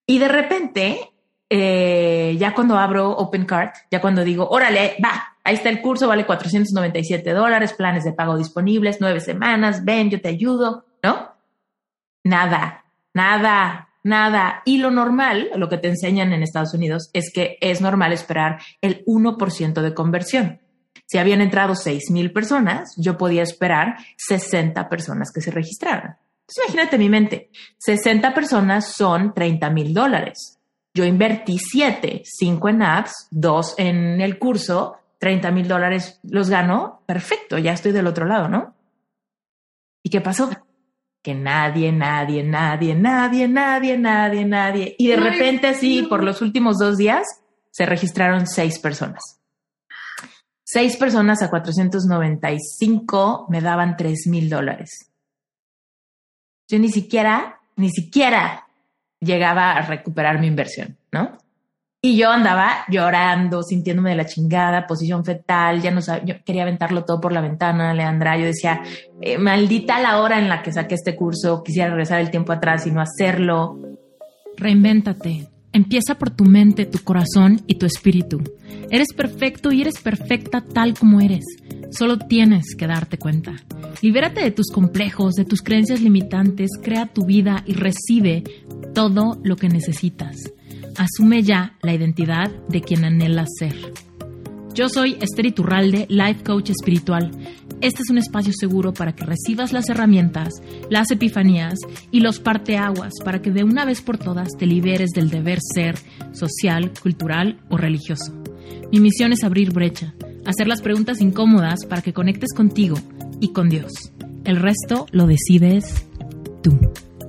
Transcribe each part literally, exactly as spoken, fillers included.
Y de repente, eh, ya cuando abro OpenCart, ya cuando digo, órale, va, ahí está el curso, vale cuatrocientos noventa y siete dólares, planes de pago disponibles, nueve semanas, ven, yo te ayudo, ¿no? Nada, nada, nada. Y lo normal, lo que te enseñan en Estados Unidos, es que es normal esperar el uno por ciento de conversión. Si habían entrado seis mil personas, yo podía esperar sesenta personas que se registraran. Entonces, imagínate mi mente. sesenta personas son treinta mil dólares. Yo invertí siete, cinco en ads, dos en el curso, treinta mil dólares los gano. Perfecto, ya estoy del otro lado, ¿no? ¿Y qué pasó? Que nadie, nadie, nadie, nadie, nadie, nadie, nadie. Y de repente, así, por los últimos dos días, se registraron seis personas. Seis personas a cuatrocientos noventa y cinco me daban tres mil dólares. Yo ni siquiera, ni siquiera llegaba a recuperar mi inversión, ¿no? Y yo andaba llorando, sintiéndome de la chingada, posición fetal, ya no sabía, yo quería aventarlo todo por la ventana, Leandra. Yo decía, eh, maldita la hora en la que saqué este curso, quisiera regresar el tiempo atrás y no hacerlo. Reinvéntate. Empieza por tu mente, tu corazón y tu espíritu. Eres perfecto y eres perfecta tal como eres. Solo tienes que darte cuenta. Libérate de tus complejos, de tus creencias limitantes, crea tu vida y recibe todo lo que necesitas. Asume ya la identidad de quien anhelas ser. Yo soy Esther Iturralde, Life Coach Espiritual. Este es un espacio seguro para que recibas las herramientas, las epifanías y los parteaguas para que de una vez por todas te liberes del deber ser social, cultural o religioso. Mi misión es abrir brecha, hacer las preguntas incómodas para que conectes contigo y con Dios. El resto lo decides tú.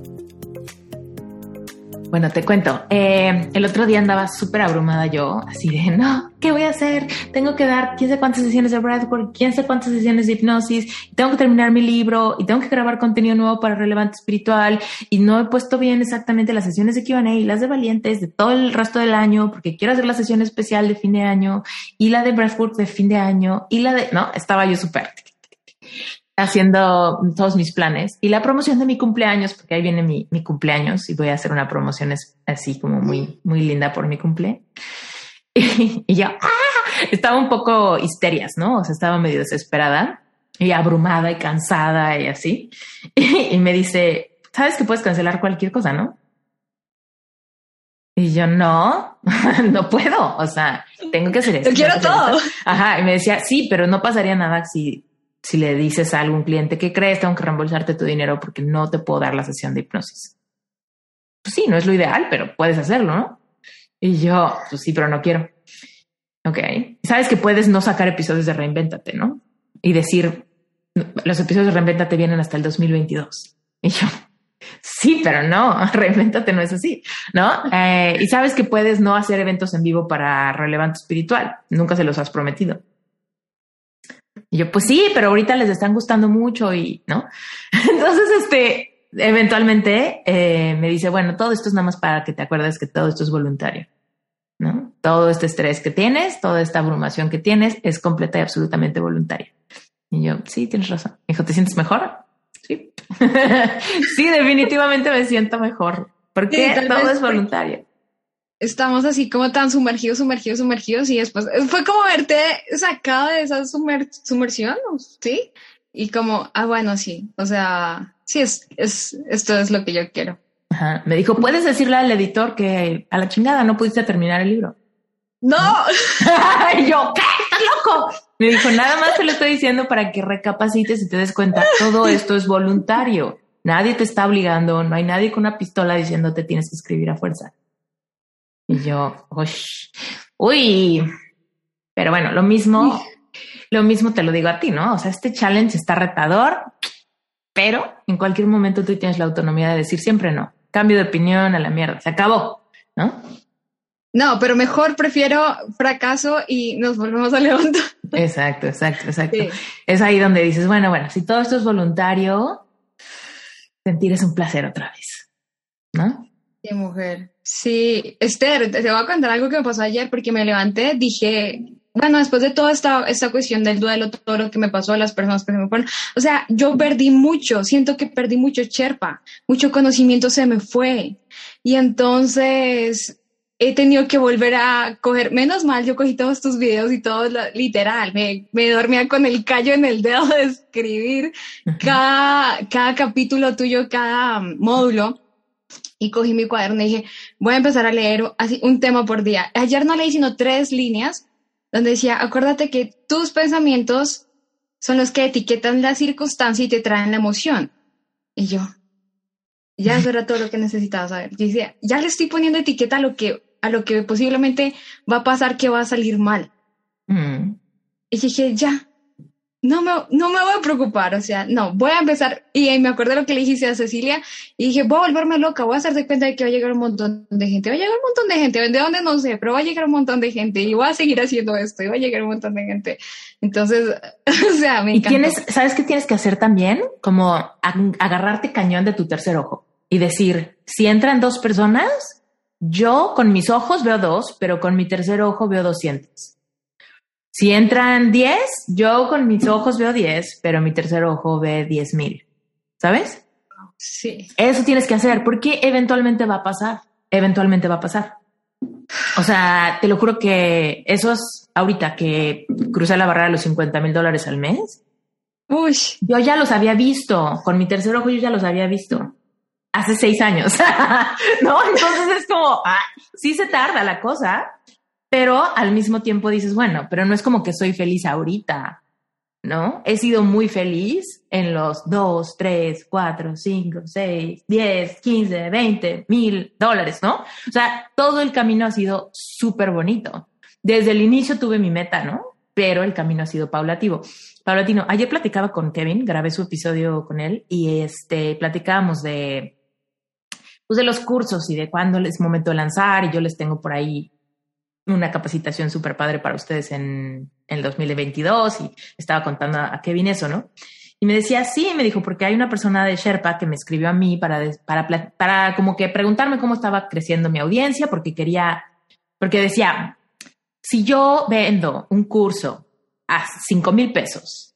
Bueno, te cuento, eh, el otro día andaba súper abrumada yo, así de, no, ¿qué voy a hacer? Tengo que dar quién sé cuántas sesiones de breathwork, quién sé cuántas sesiones de hipnosis, tengo que terminar mi libro y tengo que grabar contenido nuevo para Relevante Espiritual y no he puesto bien exactamente las sesiones de Q and A y las de Valientes de todo el resto del año porque quiero hacer la sesión especial de fin de año y la de breathwork de fin de año y la de, no, estaba yo súper haciendo todos mis planes y la promoción de mi cumpleaños, porque ahí viene mi, mi cumpleaños y voy a hacer una promoción así como muy, muy linda por mi cumple. Y, y yo ¡ah! Estaba un poco histerias, ¿no? O sea, estaba medio desesperada y abrumada y cansada y así. Y, y me dice, ¿sabes que puedes cancelar cualquier cosa, no? Y yo, no, no puedo. O sea, tengo que hacer esto. Lo quiero todo. Ajá. Y me decía, sí, pero no pasaría nada si... Si le dices a algún cliente que crees, tengo que reembolsarte tu dinero porque no te puedo dar la sesión de hipnosis. Pues sí, no es lo ideal, pero puedes hacerlo, ¿no? Y yo, pues sí, pero no quiero. Ok. Sabes que puedes no sacar episodios de Reinvéntate, ¿no? Y decir, los episodios de Reinvéntate vienen hasta el dos mil veintidós. Y yo, sí, pero no, Reinvéntate no es así, ¿no? Eh, y sabes que puedes no hacer eventos en vivo para Relevante Espiritual. Nunca se los has prometido. Y yo, pues sí, pero ahorita les están gustando mucho y, ¿no? Entonces, este, eventualmente eh, me dice, bueno, todo esto es nada más para que te acuerdes que todo esto es voluntario, ¿no? Todo este estrés que tienes, toda esta abrumación que tienes es completa y absolutamente voluntaria. Y yo, sí, tienes razón. Me dijo, ¿te sientes mejor? Sí. Sí, definitivamente me siento mejor. Porque sí, todo es voluntario. Estamos así como tan sumergidos, sumergidos, sumergidos y después fue como verte sacado de esa sumer, sumersión, ¿sí? Y como, ah, bueno, sí, o sea, sí, es, es, esto es lo que yo quiero. Ajá. Me dijo, ¿puedes decirle al editor que a la chingada no pudiste terminar el libro? ¡No! ¿No? Y yo, ¿qué? ¿Estás loco? Me dijo, nada más te lo estoy diciendo para que recapacites y te des cuenta, todo esto es voluntario. Nadie te está obligando, no hay nadie con una pistola diciéndote tienes que escribir a fuerza. Y yo, uy, uy, pero bueno, lo mismo, lo mismo te lo digo a ti, ¿no? O sea, este challenge está retador, pero en cualquier momento tú tienes la autonomía de decir siempre no. Cambio de opinión, a la mierda, se acabó, ¿no? No, pero mejor prefiero fracaso y nos volvemos a levantar. Exacto, exacto, exacto. Sí. Es ahí donde dices, bueno, bueno, si todo esto es voluntario, sentir es un placer otra vez, ¿no? Sí, mujer. Sí, Esther, te voy a contar algo que me pasó ayer porque me levanté, dije, bueno, después de toda esta, esta cuestión del duelo, todo lo que me pasó a las personas que se me fueron, o sea, yo perdí mucho, siento que perdí mucho cherpa, mucho conocimiento se me fue. Y entonces he tenido que volver a coger, menos mal, yo cogí todos tus videos y todo, literal, me, me dormía con el callo en el dedo de escribir uh-huh. cada, cada capítulo tuyo, cada módulo. Y cogí mi cuaderno y dije, voy a empezar a leer así un tema por día. Ayer no leí sino tres líneas donde decía, acuérdate que tus pensamientos son los que etiquetan la circunstancia y te traen la emoción. Y yo, ya eso era todo lo que necesitaba saber. Yo decía, ya le estoy poniendo etiqueta a lo que, a lo que posiblemente va a pasar, que va a salir mal. Mm. Y dije, ya. No me, no me voy a preocupar, o sea, no, voy a empezar, y me acordé lo que le dijiste a Cecilia, y dije, voy a volverme loca, voy a hacer de cuenta de que va a llegar un montón de gente, va a llegar un montón de gente, de dónde no sé, pero va a llegar un montón de gente, y voy a seguir haciendo esto, y va a llegar un montón de gente. Entonces, o sea, me encanta. Y tienes, ¿sabes qué tienes que hacer también? Como agarrarte cañón de tu tercer ojo, y decir, si entran dos personas, yo con mis ojos veo dos, pero con mi tercer ojo veo doscientos. Si entran diez, yo con mis ojos veo diez, pero mi tercer ojo ve diez mil. ¿Sabes? Sí. Eso tienes que hacer porque eventualmente va a pasar. Eventualmente va a pasar. O sea, te lo juro que esos ahorita que crucé la barrera de los cincuenta mil dólares al mes. Uy. Yo ya los había visto. Con mi tercer ojo yo ya los había visto. Hace seis años. ¿No? Entonces es como, ah, sí se tarda la cosa. Pero al mismo tiempo dices, bueno, pero no es como que soy feliz ahorita, ¿no? He sido muy feliz en los dos, tres, cuatro, cinco, seis, diez, quince, veinte mil dólares, ¿no? O sea, todo el camino ha sido súper bonito. Desde el inicio tuve mi meta, ¿no? Pero el camino ha sido paulatino. Paulatino. Ayer platicaba con Kevin, grabé su episodio con él y este, platicábamos de, pues de los cursos y de cuándo es momento de lanzar y yo les tengo por ahí una capacitación súper padre para ustedes en, en el dos mil veintidós y estaba contando a Kevin eso, ¿no? Y me decía, sí, me dijo, porque hay una persona de Sherpa que me escribió a mí para, para, para como que preguntarme cómo estaba creciendo mi audiencia, porque quería, porque decía, si yo vendo un curso a cinco mil pesos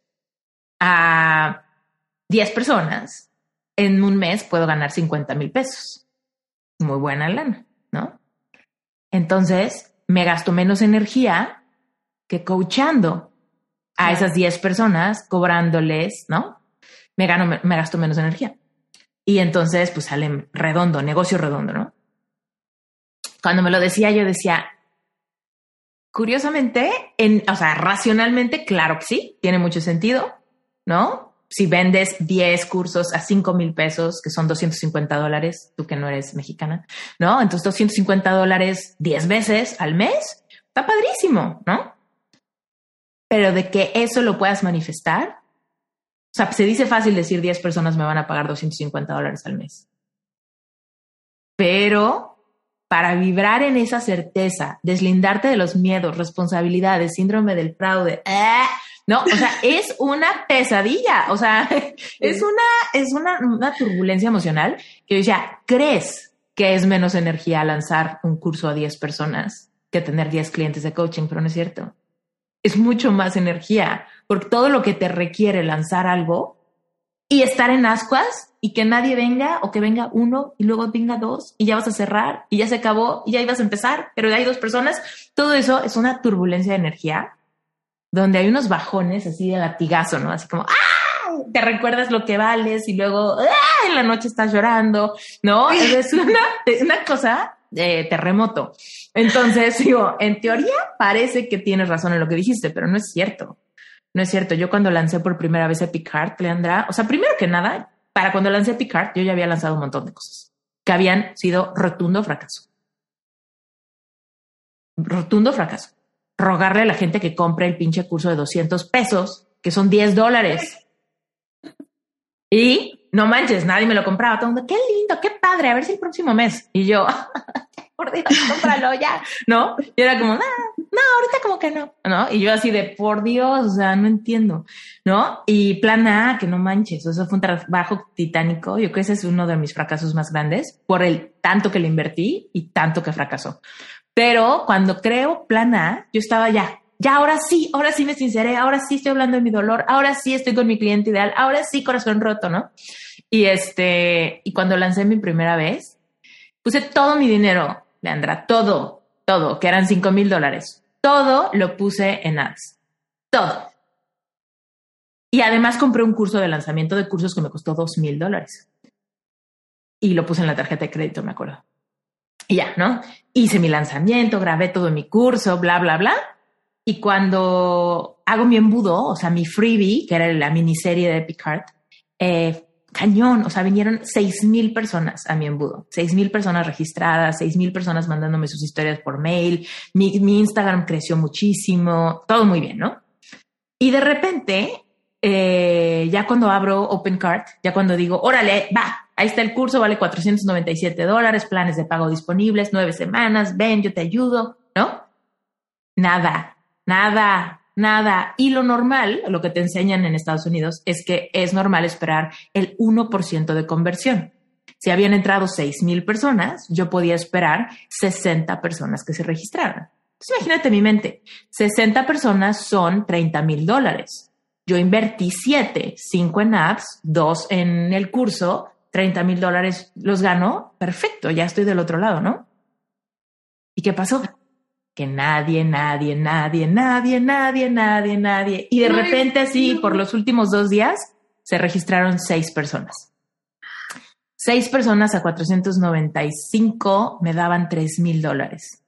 a diez personas, en un mes puedo ganar cincuenta mil pesos. Muy buena lana, ¿no? Entonces me gasto menos energía que coachando a sí. esas diez personas, cobrándoles, ¿no? Me gano, me, me gasto menos energía. Y entonces, pues sale redondo, negocio redondo, ¿no? Cuando me lo decía, yo decía, curiosamente, en, o sea, racionalmente, claro que sí, tiene mucho sentido, ¿no? Si vendes diez cursos a cinco mil pesos, que son doscientos cincuenta dólares, tú que no eres mexicana, ¿no? Entonces doscientos cincuenta dólares diez veces al mes, está padrísimo, ¿no? Pero de que eso lo puedas manifestar, o sea, se dice fácil decir diez personas me van a pagar doscientos cincuenta dólares al mes. Pero para vibrar en esa certeza, deslindarte de los miedos, responsabilidades, síndrome del fraude, ¡eh! No, o sea, es una pesadilla, o sea, es una, es una, una turbulencia emocional que yo decía, ¿crees que es menos energía lanzar un curso a diez personas que tener diez clientes de coaching? Pero no es cierto. Es mucho más energía, porque todo lo que te requiere lanzar algo y estar en ascuas y que nadie venga o que venga uno y luego venga dos y ya vas a cerrar y ya se acabó y ya ibas a empezar, pero ya hay dos personas. Todo eso es una turbulencia de energía donde hay unos bajones así de latigazo, ¿no? Así como, ¡ah! Te recuerdas lo que vales y luego, ¡ah! En la noche estás llorando, ¿no? Es una, es una cosa de terremoto. Entonces, digo, en teoría parece que tienes razón en lo que dijiste, pero no es cierto. No es cierto. Yo cuando lancé por primera vez Epic Heart, Leandra, o sea, primero que nada, para cuando lancé Epic Heart, yo ya había lanzado un montón de cosas que habían sido rotundo fracaso. Rotundo fracaso. Rogarle a la gente que compre el pinche curso de doscientos pesos, que son diez dólares. Y no manches, nadie me lo compraba. Todo el mundo, qué lindo, qué padre, a ver si el próximo mes. Y yo, por Dios, cómpralo ya, ¿no? Y era como, nah, no, ahorita como que no, ¿no? Y yo así de, por Dios, o sea, no entiendo, ¿no? Y plan A, que no manches, o sea, fue un trabajo titánico. Yo creo que ese es uno de mis fracasos más grandes por el tanto que le invertí y tanto que fracasó. Pero cuando creo plan A, yo estaba ya, ya ahora sí, ahora sí me sinceré, ahora sí estoy hablando de mi dolor, ahora sí estoy con mi cliente ideal, ahora sí corazón roto, ¿no? Y este, y cuando lancé mi primera vez, Puse todo mi dinero, Leandra, todo, todo, que eran cinco mil dólares. Todo lo puse en ads. Todo. Y además compré un curso de lanzamiento de cursos que me costó dos mil dólares. Y lo puse en la tarjeta de crédito, me acuerdo. Y ya, ¿no? Hice mi lanzamiento, grabé todo mi curso, bla, bla, bla. Y cuando hago mi embudo, o sea, mi freebie, que era la miniserie de Epic Heart, eh, cañón, o sea, vinieron seis mil personas a mi embudo, seis mil personas registradas, seis mil personas mandándome sus historias por mail, mi, mi Instagram creció muchísimo, todo muy bien, ¿no? Y de repente, eh, ya cuando abro OpenCart, ya cuando digo, órale, va, ahí está el curso, vale cuatrocientos noventa y siete dólares, planes de pago disponibles, nueve semanas, ven, yo te ayudo, ¿no? Nada, nada, nada. Y lo normal, lo que te enseñan en Estados Unidos, es que es normal esperar el uno por ciento de conversión. Si habían entrado seis mil personas, yo podía esperar sesenta personas que se registraran. Entonces, imagínate mi mente. sesenta personas son treinta mil dólares. Yo invertí siete, cinco en apps, dos en el curso, treinta mil dólares los gano. Perfecto, ya estoy del otro lado, ¿no? ¿Y qué pasó? Que nadie, nadie, nadie, nadie, nadie, nadie, nadie. Y de Ay, repente así, no. Por los últimos dos días, se registraron seis personas. Seis personas a cuatrocientos noventa y cinco me daban tres mil dólares.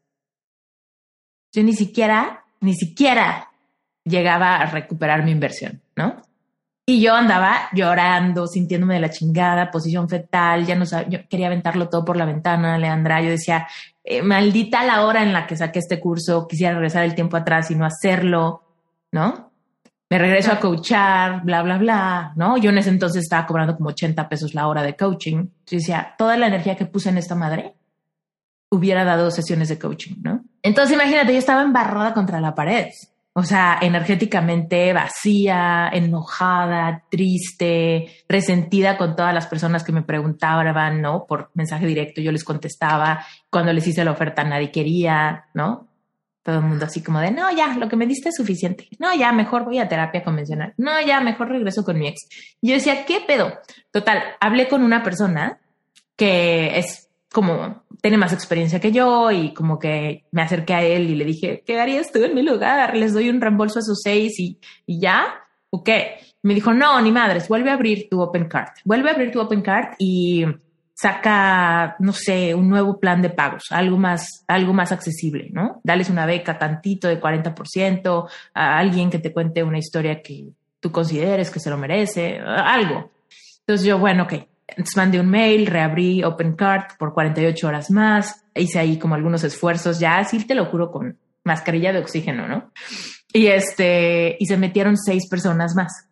Yo ni siquiera, ni siquiera llegaba a recuperar mi inversión, ¿no? Y yo andaba llorando, sintiéndome de la chingada, posición fetal, ya no sabía, yo quería aventarlo todo por la ventana, Leandra. Yo decía, eh, maldita la hora en la que saqué este curso, quisiera regresar el tiempo atrás y no hacerlo, ¿no? Me regreso a coachar, bla, bla, bla, ¿no? Yo en ese entonces estaba cobrando como ochenta pesos la hora de coaching. Yo decía, toda la energía que puse en esta madre hubiera dado sesiones de coaching, ¿no? Entonces imagínate, yo estaba embarrada contra la pared. O sea, energéticamente vacía, enojada, triste, resentida con todas las personas que me preguntaban, ¿no? Por mensaje directo yo les contestaba. Cuando les hice la oferta nadie quería, ¿no? Todo el mundo así como de, no, ya, lo que me diste es suficiente. No, ya, mejor voy a terapia convencional. No, ya, mejor regreso con mi ex. Y yo decía, ¿qué pedo? Total, hablé con una persona que es como, tiene más experiencia que yo y como que me acerqué a él y le dije, ¿qué harías tú en mi lugar? Les doy un reembolso a esos seis y, y ya, ¿o qué? Me dijo, no, ni madres, vuelve a abrir tu OpenCart. Vuelve a abrir tu OpenCart y saca, no sé, un nuevo plan de pagos, algo más, algo más accesible, ¿no? Dales una beca tantito de cuarenta por ciento a alguien que te cuente una historia que tú consideres que se lo merece, algo. Entonces yo, bueno, ok. Entonces mandé un mail, reabrí OpenCart por cuarenta y ocho horas más, hice ahí como algunos esfuerzos, ya así te lo juro con mascarilla de oxígeno, ¿no? Y este, y se metieron seis personas más.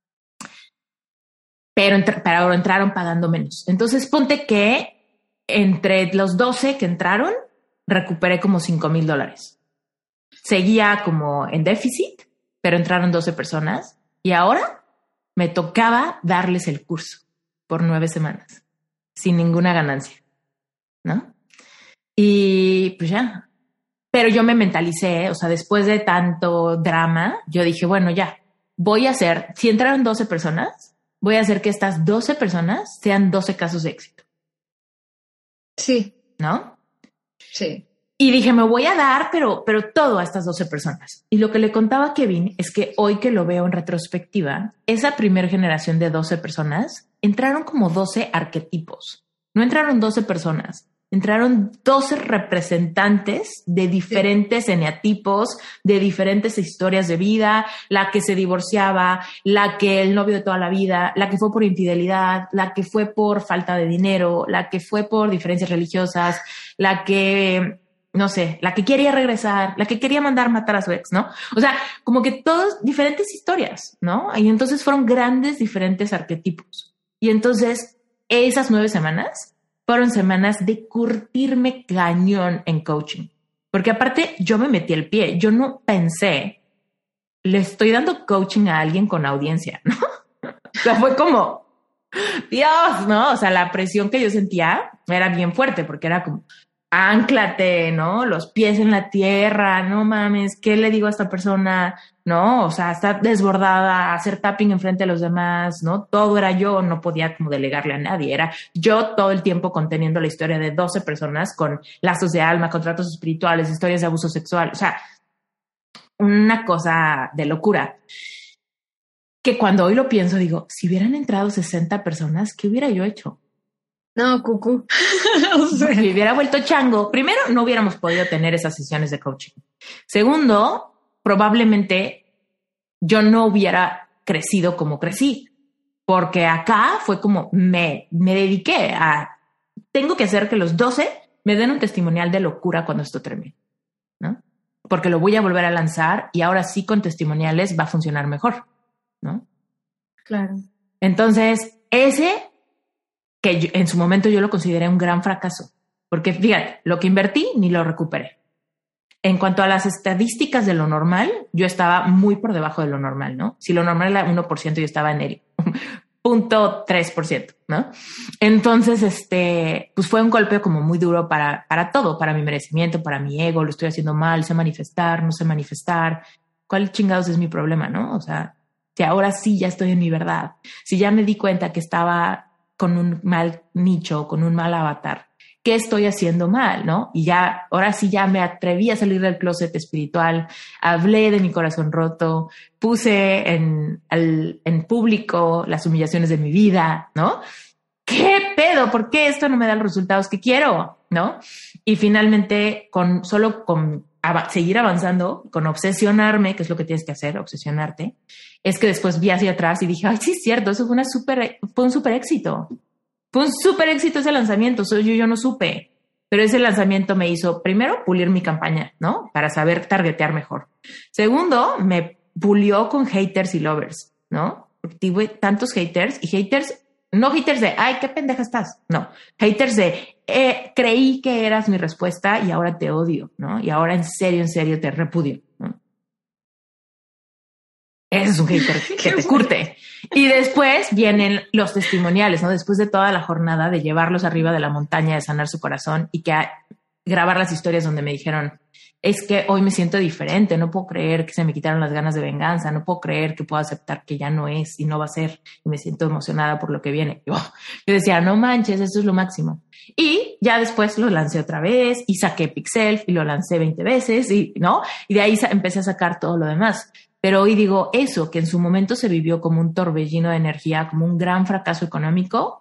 Pero, entr- pero entraron pagando menos. Entonces ponte que entre los doce que entraron, recuperé como cinco mil dólares. Seguía como en déficit, pero entraron doce personas y ahora me tocaba darles el curso por nueve semanas, sin ninguna ganancia, ¿no? Y pues ya. Pero yo me mentalicé, o sea, después de tanto drama, yo dije, bueno, ya, voy a hacer, si entraron doce personas, voy a hacer que estas doce personas sean doce casos de éxito. Sí. ¿No? Sí. Y dije, me voy a dar, pero, pero todo a estas doce personas. Y lo que le contaba a Kevin es que hoy que lo veo en retrospectiva, esa primera generación de doce personas, entraron como doce arquetipos. No entraron doce personas, entraron doce representantes de diferentes eneatipos, de diferentes historias de vida, la que se divorciaba, la que el novio de toda la vida, la que fue por infidelidad, la que fue por falta de dinero, la que fue por diferencias religiosas, la que, no sé, la que quería regresar, la que quería mandar matar a su ex, ¿no? O sea, como que todas diferentes historias, ¿no? Y entonces fueron grandes diferentes arquetipos. Y entonces esas nueve semanas fueron semanas de curtirme cañón en coaching. Porque aparte yo me metí el pie. Yo no pensé, le estoy dando coaching a alguien con audiencia, ¿no? O sea, fue como, Dios, ¿no? O sea, la presión que yo sentía era bien fuerte porque era como, ánclate, ¿no? Los pies en la tierra, no mames, ¿qué le digo a esta persona? No, o sea, está desbordada, hacer tapping enfrente de los demás, ¿no? Todo era yo, no podía como delegarle a nadie, era yo todo el tiempo conteniendo la historia de doce personas con lazos de alma, contratos espirituales, historias de abuso sexual, o sea, una cosa de locura. Que cuando hoy lo pienso, digo, si hubieran entrado sesenta personas, ¿qué hubiera yo hecho? No, cucú. O sea, si hubiera vuelto chango, primero, no hubiéramos podido tener esas sesiones de coaching. Segundo, probablemente yo no hubiera crecido como crecí, porque acá fue como me, me dediqué a, tengo que hacer que los doce me den un testimonial de locura cuando esto termine, ¿no? Porque lo voy a volver a lanzar y ahora sí con testimoniales va a funcionar mejor, ¿no? Claro. Entonces, ese que yo, en su momento yo lo consideré un gran fracaso, porque fíjate, lo que invertí ni lo recuperé. En cuanto a las estadísticas de lo normal, yo estaba muy por debajo de lo normal, ¿no? Si lo normal era uno por ciento, yo estaba en el cero punto tres por ciento, ¿no? Entonces, este, pues fue un golpe como muy duro para, para todo, para mi merecimiento, para mi ego, lo estoy haciendo mal, sé manifestar, no sé manifestar. ¿Cuál chingados es mi problema, no? O sea, si ahora sí ya estoy en mi verdad, si ya me di cuenta que estaba con un mal nicho, con un mal avatar, ¿qué estoy haciendo mal, no? Y ya, ahora sí ya me atreví a salir del closet espiritual, hablé de mi corazón roto, puse en, al, en público las humillaciones de mi vida, ¿no? ¿Qué pedo? ¿Por qué esto no me da los resultados que quiero, no? Y finalmente, con solo con av- seguir avanzando, con obsesionarme, que es lo que tienes que hacer, obsesionarte, es que después vi hacia atrás y dije, ay, sí es cierto, eso fue, una super, fue un súper éxito. Fue un súper éxito ese lanzamiento, so, yo, yo no supe. Pero ese lanzamiento me hizo, primero, pulir mi campaña, ¿no? Para saber targetear mejor. Segundo, me pulió con haters y lovers, ¿no? Porque tuve tantos haters y haters, no haters de, ay, qué pendeja estás. No, haters de, eh, creí que eras mi respuesta y ahora te odio, ¿no? Y ahora en serio, en serio te repudio, ¿no? Ese es un hater que te curte. Y después vienen los testimoniales, ¿no? Después de toda la jornada de llevarlos arriba de la montaña, de sanar su corazón y que a, grabar las historias donde me dijeron, es que hoy me siento diferente, no puedo creer que se me quitaron las ganas de venganza, no puedo creer que puedo aceptar que ya no es y no va a ser, y me siento emocionada por lo que viene. Yo, yo decía, no manches, eso es lo máximo. Y ya después lo lancé otra vez y saqué Pixel y lo lancé veinte veces y, ¿no? Y de ahí empecé a sacar todo lo demás. Pero hoy digo, eso que en su momento se vivió como un torbellino de energía, como un gran fracaso económico,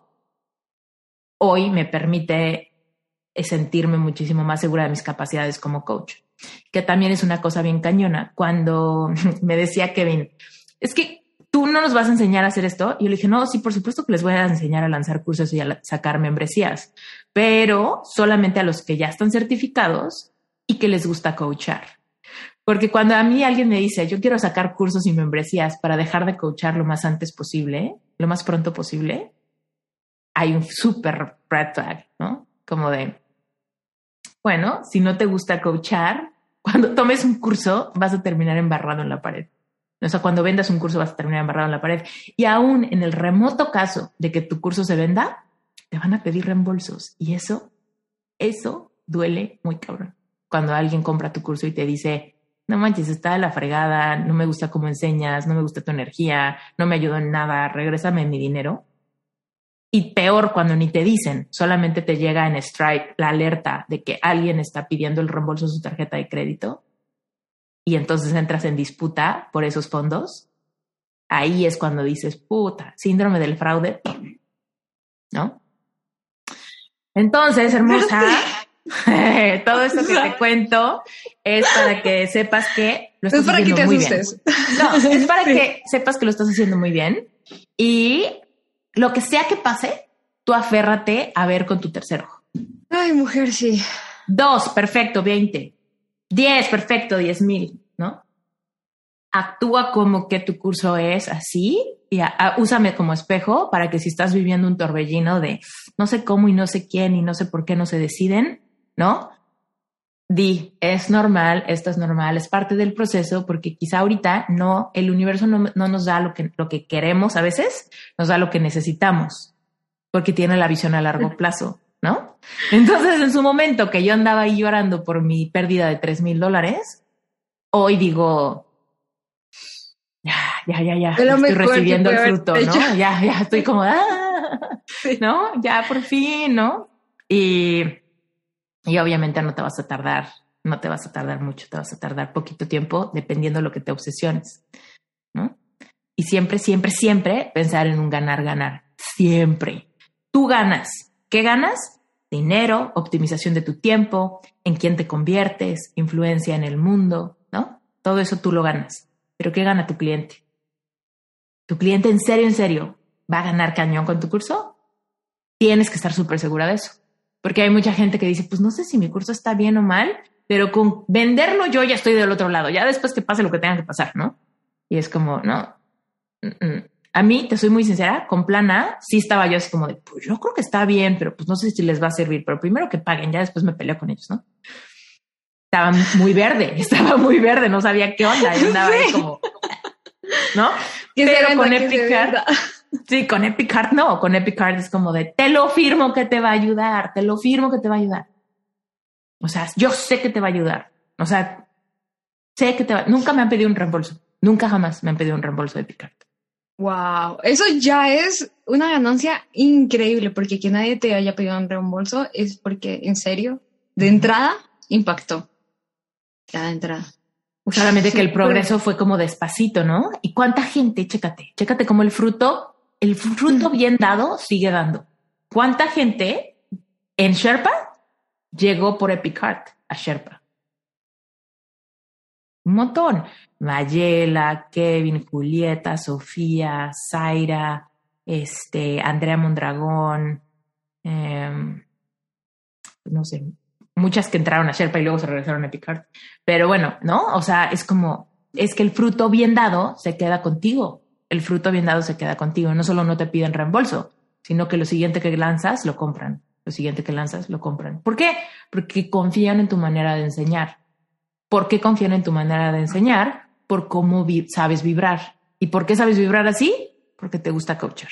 hoy me permite sentirme muchísimo más segura de mis capacidades como coach, que también es una cosa bien cañona. Cuando me decía Kevin, es que tú no nos vas a enseñar a hacer esto, y yo le dije, no, sí, por supuesto que les voy a enseñar a lanzar cursos y a sacar membresías, pero solamente a los que ya están certificados y que les gusta coachar. Porque cuando a mí alguien me dice, yo quiero sacar cursos y membresías para dejar de coachar lo más antes posible, lo más pronto posible, hay un súper red flag, ¿no? Como de, bueno, si no te gusta coachar, cuando tomes un curso vas a terminar embarrado en la pared. O sea, cuando vendas un curso vas a terminar embarrado en la pared. Y aún en el remoto caso de que tu curso se venda, te van a pedir reembolsos. Y eso, eso duele muy cabrón. Cuando alguien compra tu curso y te dice, no manches, está de la fregada, no me gusta cómo enseñas, no me gusta tu energía, no me ayudó en nada, regrésame mi dinero. Y peor cuando ni te dicen, solamente te llega en Stripe la alerta de que alguien está pidiendo el reembolso de su tarjeta de crédito y entonces entras en disputa por esos fondos. Ahí es cuando dices, puta, síndrome del fraude, ¿no? Entonces, hermosa, todo esto que te cuento es para que sepas que lo estás haciendo muy bien. No, es para que sepas que lo estás haciendo muy bien y lo que sea que pase, tú aférrate a ver con tu tercer ojo. Ay, mujer, sí. Dos, perfecto, veinte. Diez, perfecto, diez mil, ¿no? Actúa como que tu curso es así y a, a, úsame como espejo para que si estás viviendo un torbellino de no sé cómo y no sé quién y no sé por qué no se deciden, ¿no? Di, es normal, esto es normal, es parte del proceso porque quizá ahorita no, el universo no, no nos da lo que, lo que queremos a veces, nos da lo que necesitamos porque tiene la visión a largo plazo, ¿no? Entonces, en su momento que yo andaba ahí llorando por mi pérdida de tres mil dólares, hoy digo, ya, ya, ya, ya, Pero estoy recibiendo el fruto, ¿no? hecho. Ya, ya, estoy como, ah, Sí. ¿no? Ya por fin, ¿no? Y, y obviamente no te vas a tardar, no te vas a tardar mucho, te vas a tardar poquito tiempo, dependiendo de lo que te obsesiones, ¿no? Y siempre, siempre, siempre pensar en un ganar, ganar. Siempre. Tú ganas. ¿Qué ganas? Dinero, optimización de tu tiempo, en quién te conviertes, influencia en el mundo, ¿no? Todo eso tú lo ganas. ¿Pero qué gana tu cliente? ¿Tu cliente en serio, en serio, va a ganar cañón con tu curso? Tienes que estar súper segura de eso. Porque hay mucha gente que dice, pues no sé si mi curso está bien o mal, pero con venderlo yo ya estoy del otro lado. Ya después que pase lo que tenga que pasar, ¿no? Y es como, no. A mí, te soy muy sincera, con Plan A sí estaba yo así como de, pues yo creo que está bien, pero pues no sé si les va a servir, pero primero que paguen, ya después me peleo con ellos, ¿no? Estaba muy verde, estaba muy verde, no sabía qué onda, yo andaba ahí como, ¿no? Pero con Epic Card, sí, con Epic Card no, con Epic Card es como de, te lo firmo que te va a ayudar, te lo firmo que te va a ayudar. O sea, yo sé que te va a ayudar, o sea, sé que te va, nunca me han pedido un reembolso, nunca jamás me han pedido un reembolso de Epic Card. Wow, eso ya es una ganancia increíble, porque que nadie te haya pedido un reembolso es porque, en serio, de entrada, impactó. Ya de entrada. Solamente que el progreso fue como despacito, ¿no? ¿Y cuánta gente? Chécate, chécate cómo el fruto, el fruto bien dado sigue dando. ¿Cuánta gente en Sherpa llegó por Epic Card a Sherpa? Un montón. Mayela, Kevin, Julieta, Sofía, Zaira, este, Andrea Mondragón, eh, no sé, muchas que entraron a Sherpa y luego se regresaron a Epic Card. Pero bueno, ¿no? O sea, es como, es que el fruto bien dado se queda contigo. El fruto bien dado se queda contigo. No solo no te piden reembolso, sino que lo siguiente que lanzas lo compran. Lo siguiente que lanzas lo compran. ¿Por qué? Porque confían en tu manera de enseñar. ¿Por qué confían en tu manera de enseñar? Por cómo vi- sabes vibrar. ¿Y por qué sabes vibrar así? Porque te gusta coachar.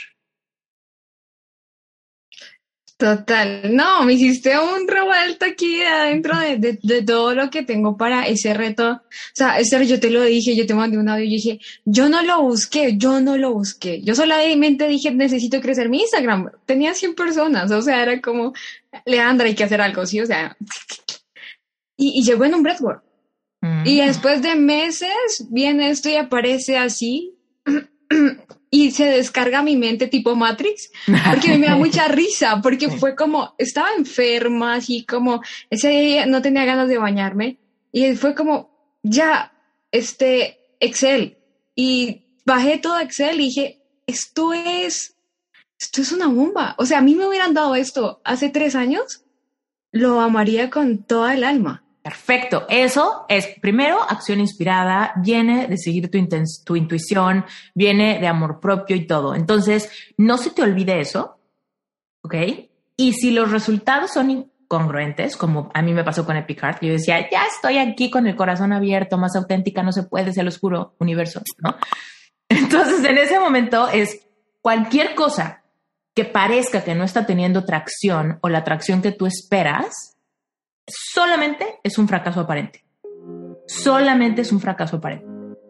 Total, no, me hiciste un revuelto aquí adentro de, de, de todo lo que tengo para ese reto. O sea, Esther, yo te lo dije, yo te mandé un audio y dije, yo no lo busqué, yo no lo busqué. Yo solamente dije, necesito crecer mi Instagram. Tenía cien personas, o sea, era como, Leandra, hay que hacer algo, sí, o sea. Y, y llegó en un breathwork. Mm. Y después de meses viene esto y aparece así. Y se descarga mi mente tipo Matrix, porque a mí me da mucha risa, porque fue como, estaba enferma, así como, ese día no tenía ganas de bañarme, y fue como, ya, este, Excel, y bajé todo Excel y dije, esto es, esto es una bomba, o sea, a mí me hubieran dado esto hace tres años, lo amaría con toda el alma. Perfecto. Eso es, primero, acción inspirada, viene de seguir tu, inten- tu intuición, viene de amor propio y todo. Entonces, no se te olvide eso, ¿ok? Y si los resultados son incongruentes, como a mí me pasó con Epic Card, yo decía, ya estoy aquí con el corazón abierto, más auténtica no se puede, se los juro, universo, ¿no? Entonces, en ese momento es cualquier cosa que parezca que no está teniendo tracción o la tracción que tú esperas, solamente es un fracaso aparente. Solamente es un fracaso aparente.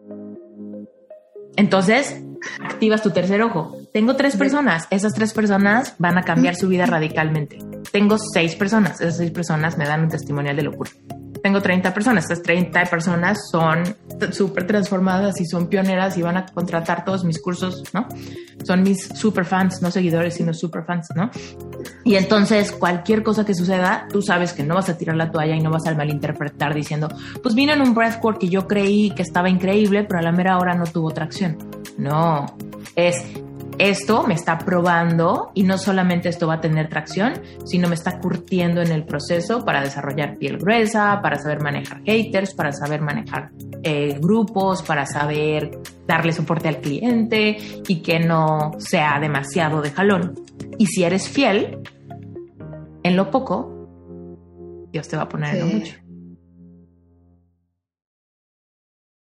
Entonces, activas tu tercer ojo. Tengo tres personas. Esas tres personas van a cambiar su vida radicalmente. Tengo seis personas. Esas seis personas me dan un testimonial de locura. Tengo treinta personas. Estas treinta personas son súper transformadas y son pioneras y van a contratar todos mis cursos, ¿no? Son mis super fans, no seguidores, sino super fans, ¿no? Y entonces cualquier cosa que suceda, tú sabes que no vas a tirar la toalla y no vas a malinterpretar diciendo, pues vino en un breathwork que yo creí que estaba increíble, pero a la mera hora no tuvo tracción. No, es... Esto me está probando y no solamente esto va a tener tracción, sino me está curtiendo en el proceso para desarrollar piel gruesa, para saber manejar haters, para saber manejar eh, grupos, para saber darle soporte al cliente y que no sea demasiado de jalón. Y si eres fiel, en lo poco, Dios te va a poner sí. en lo mucho.